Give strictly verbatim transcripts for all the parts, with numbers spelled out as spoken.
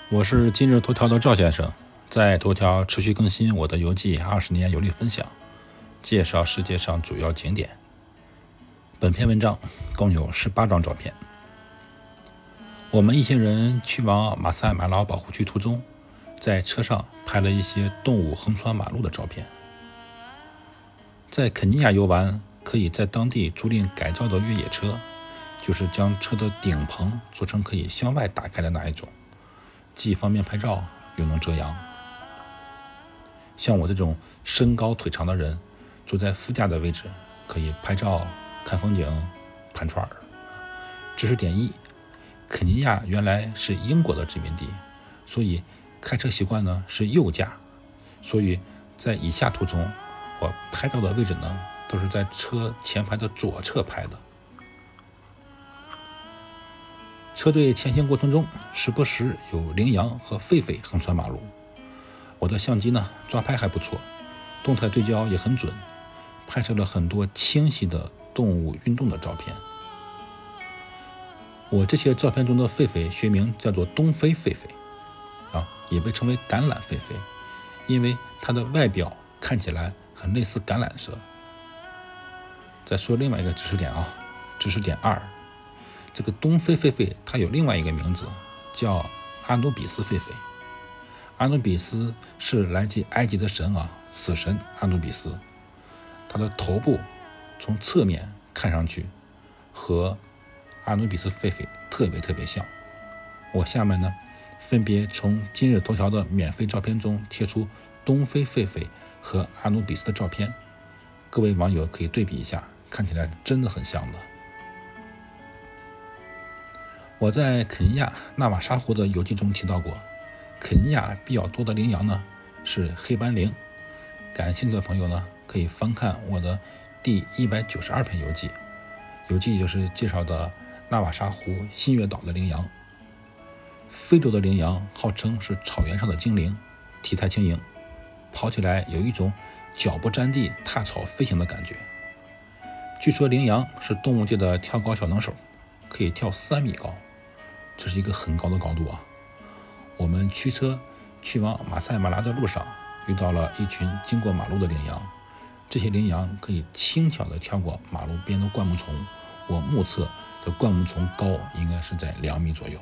我是今日头条的赵先生，在头条持续更新我的游记二十年游历分享，介绍世界上主要景点。本篇文章共有十八张照片。我们一行人去往马赛马拉保护区途中，在车上拍了一些动物横穿马路的照片。在肯尼亚游玩，可以在当地租赁改造的越野车，就是将车的顶棚做成可以向外打开的那一种，既方便拍照又能遮阳。像我这种身高腿长的人，坐在副驾的位置，可以拍照、看风景、盘串儿。知识点一：肯尼亚原来是英国的殖民地，所以开车习惯呢是右驾，所以在以下图中，我拍照的位置呢都是在车前排的左侧拍的。车队前行过程中，时不时有羚羊和狒狒横穿马路。我的相机呢，抓拍还不错，动态对焦也很准，拍摄了很多清晰的动物运动的照片。我这些照片中的狒狒学名叫做东非狒狒，啊，也被称为橄榄狒狒，因为它的外表看起来很类似橄榄色。再说另外一个知识点啊，知识点二。这个东非狒狒它有另外一个名字，叫阿努比斯狒狒。阿努比斯是来自埃及的神啊，死神阿努比斯。他的头部从侧面看上去和阿努比斯狒狒特别特别像。我下面呢分别从今日头条的免费照片中贴出东非狒狒和阿努比斯的照片，各位网友可以对比一下，看起来真的很像的。我在肯尼亚纳瓦沙湖的游记中提到过，肯尼亚比较多的羚羊呢是黑斑羚。感兴趣的朋友呢可以翻看我的第一百九十二篇游记，游记就是介绍的纳瓦沙湖新月岛的羚羊。非洲的羚羊号称是草原上的精灵，体态轻盈，跑起来有一种脚不沾地踏草飞行的感觉。据说羚羊是动物界的跳高小能手，可以跳三米高，这是一个很高的高度啊！我们驱车去往马赛马拉的路上，遇到了一群经过马路的羚羊。这些羚羊可以轻巧地跳过马路边的灌木丛，我目测的灌木丛高应该是在两米左右。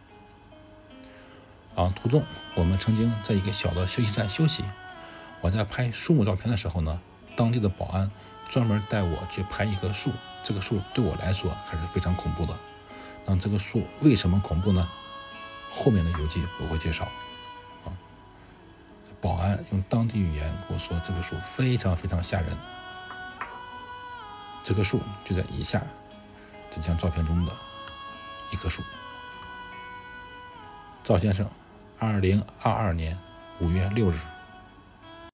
啊，途中我们曾经在一个小的休息站休息。我在拍树木照片的时候呢，当地的保安专门带我去拍一棵树，这个树对我来说还是非常恐怖的。那这个树为什么恐怖呢？后面的游记我会介绍。啊，保安用当地语言跟我说，这个树非常非常吓人。这棵树就在以下这张照片中的一棵树。赵先生，二零二二年五月六日。